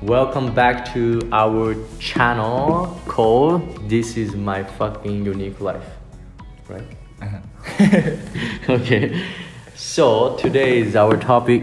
Welcome back to our channel called This is my fucking unique life. Right? Okay. So today's our topic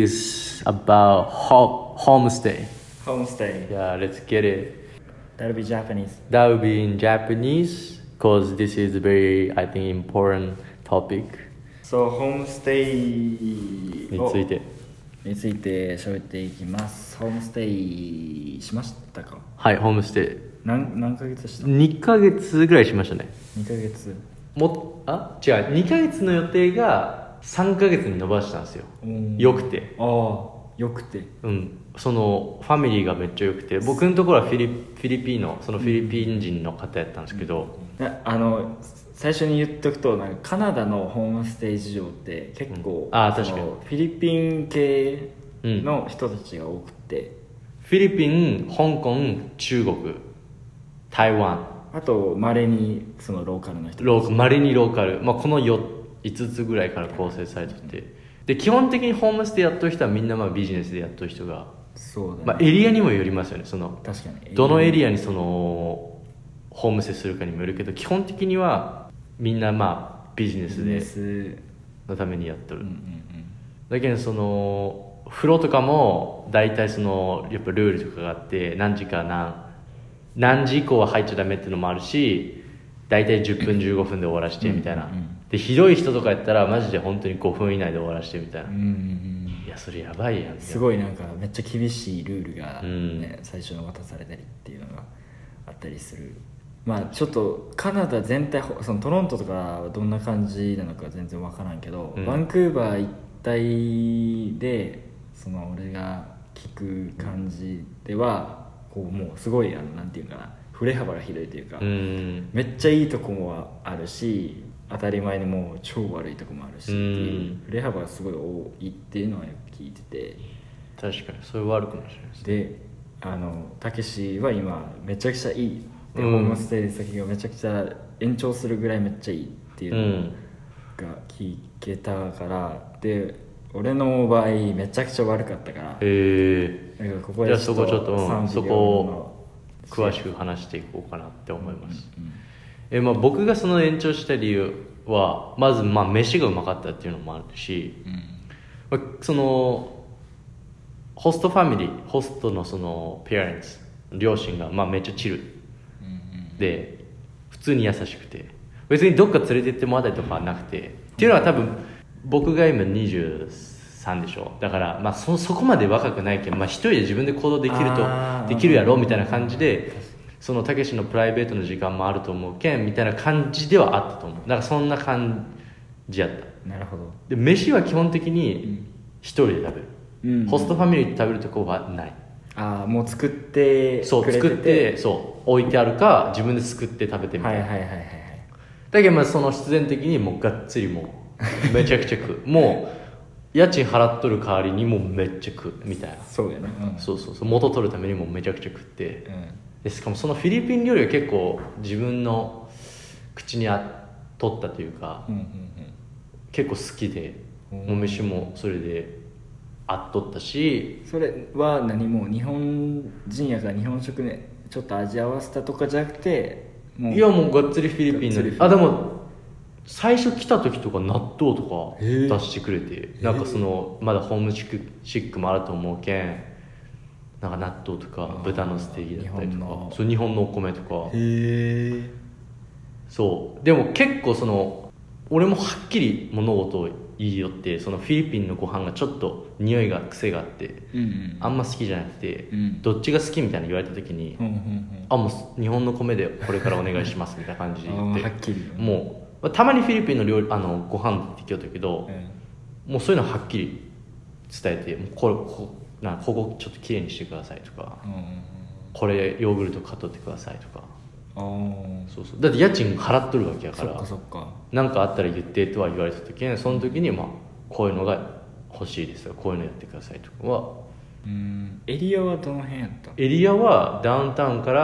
is about homestay. Homestay. Yeah, let's get it. That'll be Japanese. That will be in Japanese because this is a very, I think, important topic. So, homestay について。 について喋っていきます。ホームステイしましたか？ はい、ホームステイ。 何ヶ月した？ 2ヶ月ぐらいしましたね。 2ヶ月。 違う、2ヶ月の予定が3ヶ月に伸ばしたんですよ。よくて。 ああ、よくて。 うん。そのファミリーがめっちゃ良くて、僕のところはフィリピンのそのフィリピン人の方やったんですけど、 最初に言っとくと、なんかカナダのホームステイ事情って結構、 確かにフィリピン系の人たちが多くて、 フィリピン、香港、中国、台湾、 あと稀にそのローカルの人、 まれにローカル、この5つぐらいから構成されてて、で基本的にホームステイやっとる人はみんなビジネスでやっとる人が、 そうだね、 エリアにもよりますよね。その確かにどのエリアにそのホームステイするかにもよるけど、基本的にはみんなビジネスのためにやっとる、だけどその風呂とかも大体そのやっぱルールとかがあって、何時以降は入っちゃダメっていうのもあるし、大体10分15分で終わらしてみたいな、でひどい人とかやったらマジで本当に5分以内で終わらしてみたいな、いやそれやばいやん。 すごいなんかめっちゃ厳しいルールが、最初に渡されたりっていうのがあったりする。ちょっとカナダ全体、そのトロントとかはどんな感じなのか全然分からんけど、バンクーバー一帯でその俺が聞く感じでは、こうもうすごいなんていうかな、振れ幅が広いというか、めっちゃいいとこもあるし、当たり前にもう超悪いとこもあるしっていう、振れ幅がすごい多いっていうのはよく聞いてて、 確かにそれはあるかもしれないです。 でたけしは今めちゃくちゃいい、ホームステイ先がめちゃくちゃ延長するぐらいめっちゃいいっていうのが聞けたから、で俺の場合めちゃくちゃ悪かったから、だからここでそこを詳しく話していこうかなって思います。僕がその延長した理由はまず飯がうまかったっていうのもあるし、そのホストファミリー、ホストのそのペアレンツ、両親がめっちゃチルで普通に優しくて、別にどっか連れて行ってもらったりとかはなくて、っていうのは多分僕が今23でしょ、だからそこまで若くないけど、一人で自分で行動できるやろみたいな感じで、そのたけしのプライベートの時間もあると思うけんみたいな感じではあったと思う。だからそんな感じやった。 なるほど。 で飯は基本的に一人で食べる、ホストファミリーで食べるとこはない。 もう作って作って置いてあるか自分で作って食べてみたいな。だけどその必然的にもうがっつりもうめちゃくちゃ食うもう家賃払っとる代わりにもうめっちゃ食うみたいな。 そうやね、 そう元取るためにもめちゃくちゃ食って、でしかもそのフィリピン料理は結構自分の口に取ったというか、結構好きで、もう飯もそれであっとったし。それはもう日本人やから日本食ねちょっと味合わせたとかじゃなくて、 いやもうがっつりフィリピンのでも最初来た時とか納豆とか出してくれて、なんかそのまだホームシックもあると思うけん、なんか納豆とか豚のステーキだったりとか、日本のお米とか。そうでも結構その俺もはっきり物事を言いよって、そのフィリピンのご飯がちょっと匂いが癖があって、あんま好きじゃなくて、どっちが好きみたいな言われた時に、もう日本の米でこれからお願いしますみたいな感じで言ってはっきり、 もうたまにフィリピンの料理ご飯って聞いたけど、もうそういうのはっきり伝えて、もうここちょっときれいにしてくださいとか、これヨーグルト買っとってくださいとか。だって家賃払っとるわけやから、何かあったら言ってとは言われた時に、その時にこういうのが欲しいですとか、こういうのやってくださいとかは。 エリアはどの辺やった？ エリアはダウンタウンから、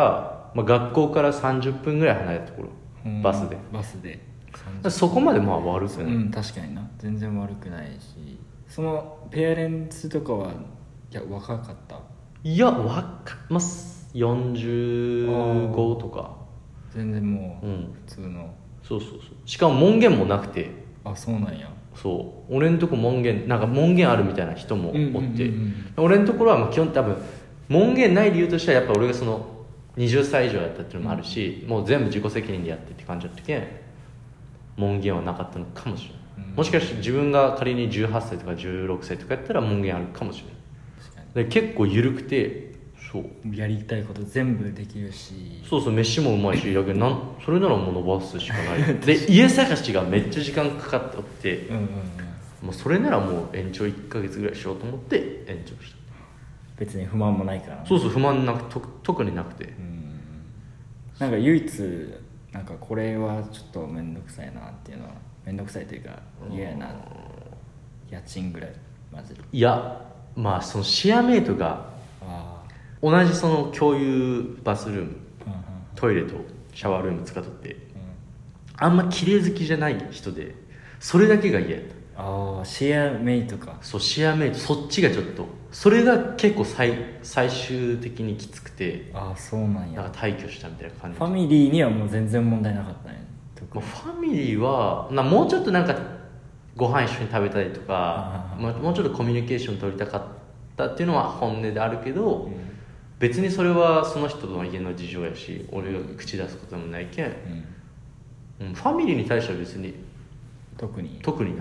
学校から30分ぐらい離れたところ、バスでそこまで悪くない、 確かにな、全然悪くないし、そのペアレンツとかは若かった？ いやまあ45とか。 全然もううん普通の、 そうしかも門限もなくて、 あ、そうなんや。 そう俺んとこ門限なんか門限あるみたいな人もおって、 うんうんうんうん、 俺のところはまあ基本多分門限ない理由としてはやっぱ俺がその20歳以上やったっていうのもあるし、もう全部自己責任でやってって感じだったけん門限はなかったのかもしれない、もしかして自分が仮に18歳とか16歳とかやったら門限あるかもしれない。 確かで結構緩くて、そうにやりたいこと全部できるし、 そう飯もうまいし、やけどそれならもう伸ばすしかないで家探しがめっちゃ時間かかっておって、 うんうんうん、 もうそれならもう延長1ヶ月ぐらいしようと思って延長した。 別に不満もないからね。 そう不満なく特になくて、 うん、なんか唯一なんかこれはちょっと面倒くさいなっていうのは、面倒くさいというか嫌やな、家賃ぐらいマジで。 いやまあそのシェアメイトが同じその共有バスルーム、トイレとシャワールーム使っとって、あんま綺麗好きじゃない人で、それだけが嫌やった。 ああ、シェアメイトか。 そうシェアメイト、そっちがちょっとそれが結構最終的にきつくて、 ああそうなんや。 なんか退去したみたいな感じ。 ファミリーにはもう全然問題なかったね。 ファミリーはもうちょっとなんかご飯一緒に食べたりとか、もうちょっとコミュニケーション取りたかったっていうのは本音であるけど、別にそれはその人の家の事情やし、俺が口出すこともないけん、ファミリーに対しては別に特にない。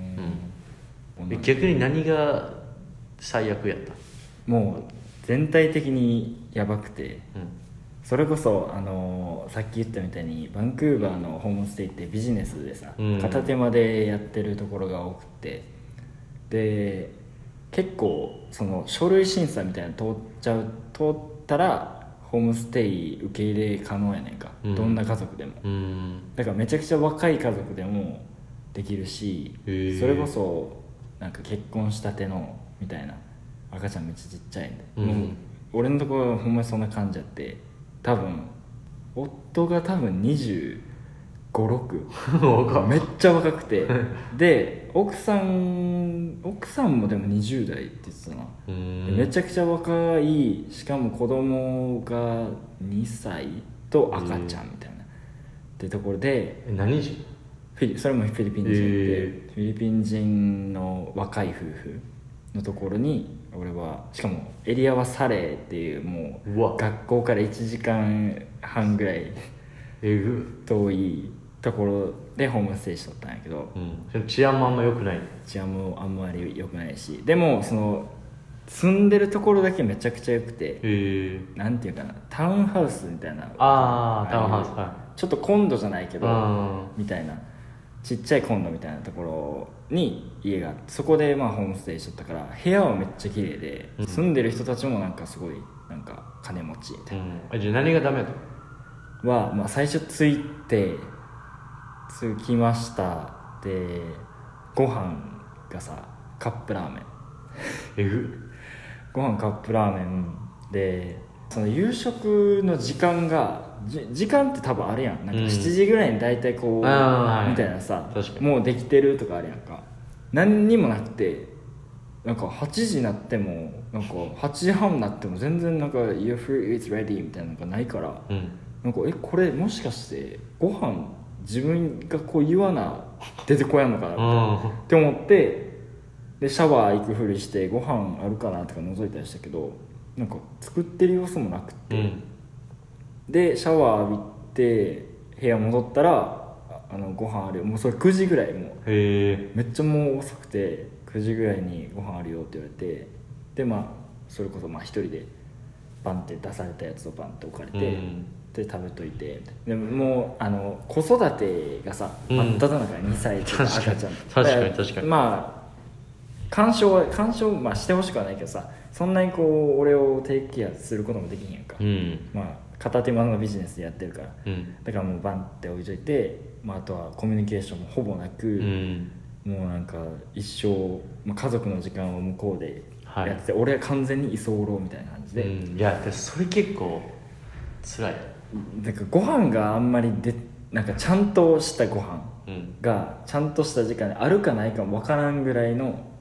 逆に何が最悪やった？ もう全体的にやばくて、それこそさっき言ったみたいにバンクーバーのホームステイってビジネスでさ、片手間でやってるところが多くて、で結構その書類審査みたいなの通ったらホームステイ受け入れ可能やねんか、どんな家族でも、だからめちゃくちゃ若い家族でもできるし、それこそなんか結婚したてのみたいな赤ちゃんめっちゃちっちゃいんで、もう俺のところほんまにそんな感じやって、多分夫が多分25、6めっちゃ若くてで奥さんもでも20代って言ってたな。めちゃくちゃ若い、しかも子供が2歳と赤ちゃんみたいなってところで、 何人？ それもフィリピン人で、フィリピン人の若い夫婦のところに俺は、しかもエリアはサレーっていうもう学校から1時間半ぐらい遠いところでホームステイしとったんやけど、 治安もあんま良くない。 治安もあんまり良くないし、でもその住んでるところだけめちゃくちゃ良くて、なんていうかな、タウンハウスみたいな、 タウンハウス、はい、 ちょっとコンドじゃないけどみたいな、ちっちゃいコンドみたいなところに家があって、そこでまあホームステイしとったから部屋はめっちゃ綺麗で、住んでる人たちもなんかすごいなんか金持ちみたいな、 じゃあ何がダメだとは、まあ、最初着きましたで、ご飯がさカップラーメンご飯カップラーメンで、その夕食の時間が時間って多分あるやん、なんか7時ぐらいに大体こう、みたいなさ、もうできてるとかあるやんか。何にもなくて、なんか8時になってもなんか8時半になっても全然なんか Your food is ready みたいなのがないから、なんかこれもしかしてご飯自分がこう言わな出てこやんのかなって思って、でシャワー行くふりしてご飯あるかなとか覗いたりしたけど、なんか作ってる様子もなくて、でシャワー浴びて部屋戻ったらご飯あるよ、もうそれ9時ぐらい、もうめっちゃもう遅くて9時ぐらいにご飯あるよって言われて、でまあそれこそまあ一人でバンって出されたやつをバンって置かれて、で食べといて、でもう子育てがさ、真っ只中2歳とか赤ちゃん、 確かにまあ干渉まあしてほしくはないけどさ、そんなにこう俺をテイクケアすることもできへんやんか、まあ片手間のビジネスでやってるから、だからもうバンって置いといて、まあ、あとはコミュニケーションもほぼなく、もうなんか一生、まあ、家族の時間を向こうでやってて、俺は完全に居候みたいな感じで、 いやそれ結構辛い。 なんかご飯があんまりなんかちゃんとしたご飯がちゃんとした時間にあるかないかも分からんぐらいの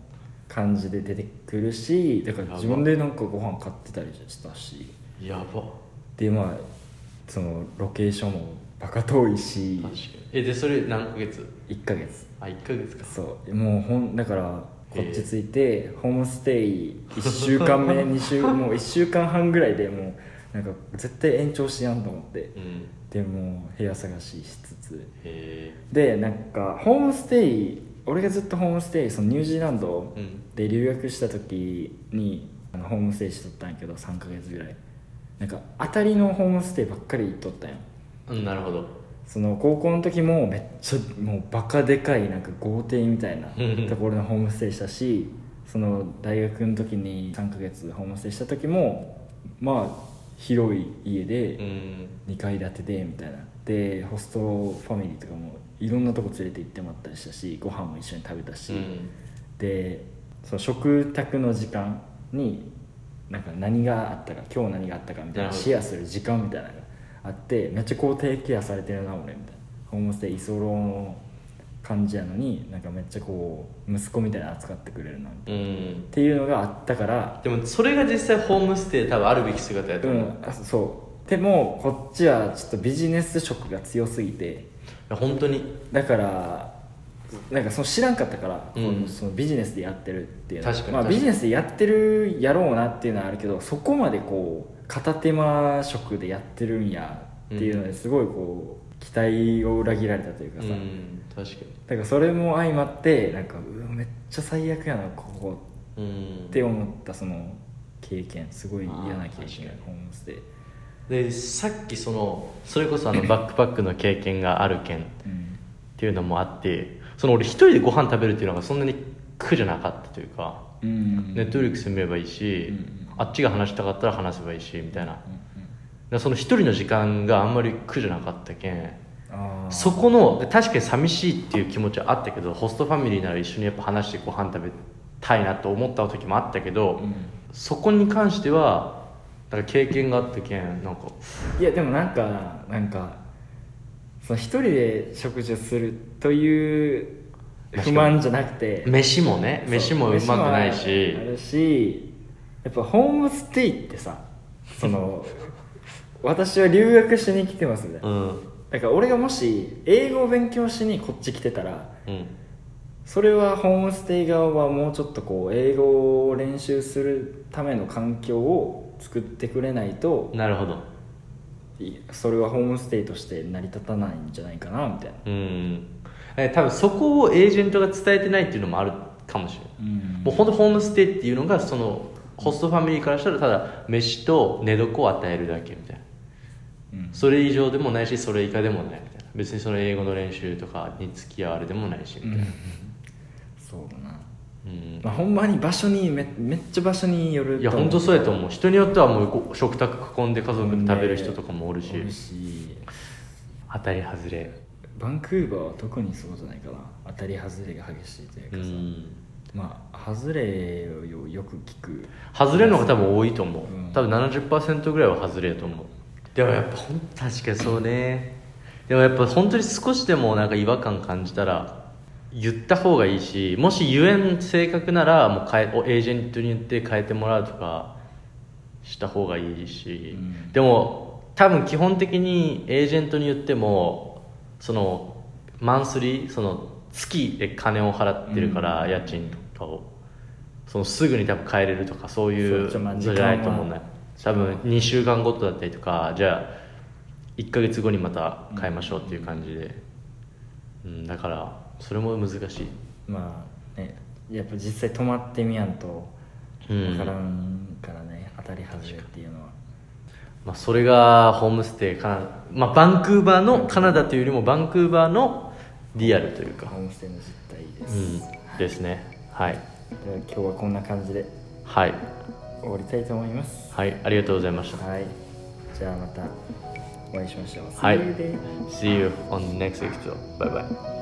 感じで出てくるし、だから自分でなんかご飯買ってたりしたし、 やば。 でまあそのロケーションもバカ遠いし。 確かに。でそれ何ヶ月 1ヶ月。 あ、1ヶ月か。 そうもうだからこっち着いて、ホームステイ1週間目2週もう1週間半ぐらいでもうなんか絶対延長しやんと思って、でもう部屋探ししつつ、でなんかホームステイ、俺がずっとホームステイそのニュージーランドで留学した時にホームステイしとったんやけど、3ヶ月ぐらいなんか当たりのホームステイばっかり行っとったんや。 なるほど。 その高校の時もめっちゃもうバカでかいなんか豪邸みたいなところでホームステイしたし、その大学の時に3ヶ月ホームステイした時もまあ広い家で2階建てでみたいなで、ホストファミリーとかもいろんなとこ連れて行ってもらったりしたし、ご飯も一緒に食べたし、でその食卓の時間になんか何があったか今日何があったかみたいなシェアする時間みたいなのがあって、めっちゃこうテイクケアされてるな俺みたいな、ホームステイ居候の感じやのになんかめっちゃこう息子みたいな扱ってくれるなみたいな、っていうのがあったから。 でもそれが実際ホームステイ多分あるべき姿やと思う。 そうでもこっちはちょっとビジネス色が強すぎて、 本当にだからなんかその知らんかったから、そのビジネスでやってるっていうのは確かにビジネスでやってるやろうなっていうのはあるけど、そこまでこう片手間職でやってるんやっていうのですごいこう期待を裏切られたというかさ、 確かに。 だからそれも相まってなんかめっちゃ最悪やなここって思ったその経験、すごい嫌な経験、ホームステイでさっきそれこそバックパックの経験がある件っていうのもあって、その俺一人でご飯食べるっていうのがそんなに苦じゃなかったというか、ネットフリックス見ればいいし、あっちが話したかったら話せばいいしみたいな、その一人の時間があんまり苦じゃなかったけん、そこの確かに寂しいっていう気持ちはあったけど、ホストファミリーなら一緒にやっぱ話してご飯食べたいなと思った時もあったけど、そこに関してはなんか経験があったけんなんか、 いやでもなんかその一人で食事をするという不満じゃなくて、 飯もうまくないし、 あるし、やっぱホームステイってさ、その私は留学しに来てますみたいな、だから俺がもし英語を勉強しにこっち来てたら、それはホームステイ側はもうちょっとこう英語を練習するための環境を作ってくれないと、 なるほど、 それはホームステイとして成り立たないんじゃないかなみたいな。 多分そこをエージェントが伝えてないっていうのもあるかもしれない、もう本当ホームステイっていうのがそのホストファミリーからしたらただ飯と寝床を与えるだけみたいな、それ以上でもないしそれ以下でもないみたいな、別にその英語の練習とかに付き合うあれでもないしみたいな、 そうだな、まあ、ほんまに場所にめっちゃ場所によると思う。 いや本当そうやと思う。人によってはもう食卓囲んで家族で食べる人とかもおるし、当たり外れ。 バンクーバーは特にそうじゃないかな、当たり外れが激しいというかさ、まあ外れをよく聞く、 外れの方が多分多いと思う、多分 70% ぐらいは外れやと思う。でもやっぱ確かにそうね。でもやっぱ本当に少しでもなんか違和感感じたら言った方がいいし、もし言えん性格ならもうエージェントに言って変えてもらうとかした方がいいし、でも多分基本的にエージェントに言ってもそのマンスリー、その月で金を払ってるから、家賃とかをそのすぐに多分変えれるとかそういうのじゃないと思うね。多分2週間ごとだったりとか、じゃあ1ヶ月後にまた変えましょうっていう感じで、だからそれも難しい。 まあね、やっぱ実際泊まってみやんと分からんからね、当たり外れっていうのは。 まあ、それがホームステイまあ、バンクーバーのカナダというよりもバンクーバーのリアルというかホームステイの実態です、 ですね。はい、 今日はこんな感じではい終わりたいと思います。 はい、ありがとうございました。 はい、じゃあまたお会いしましょう。 はい、See you on the next episode. Bye bye.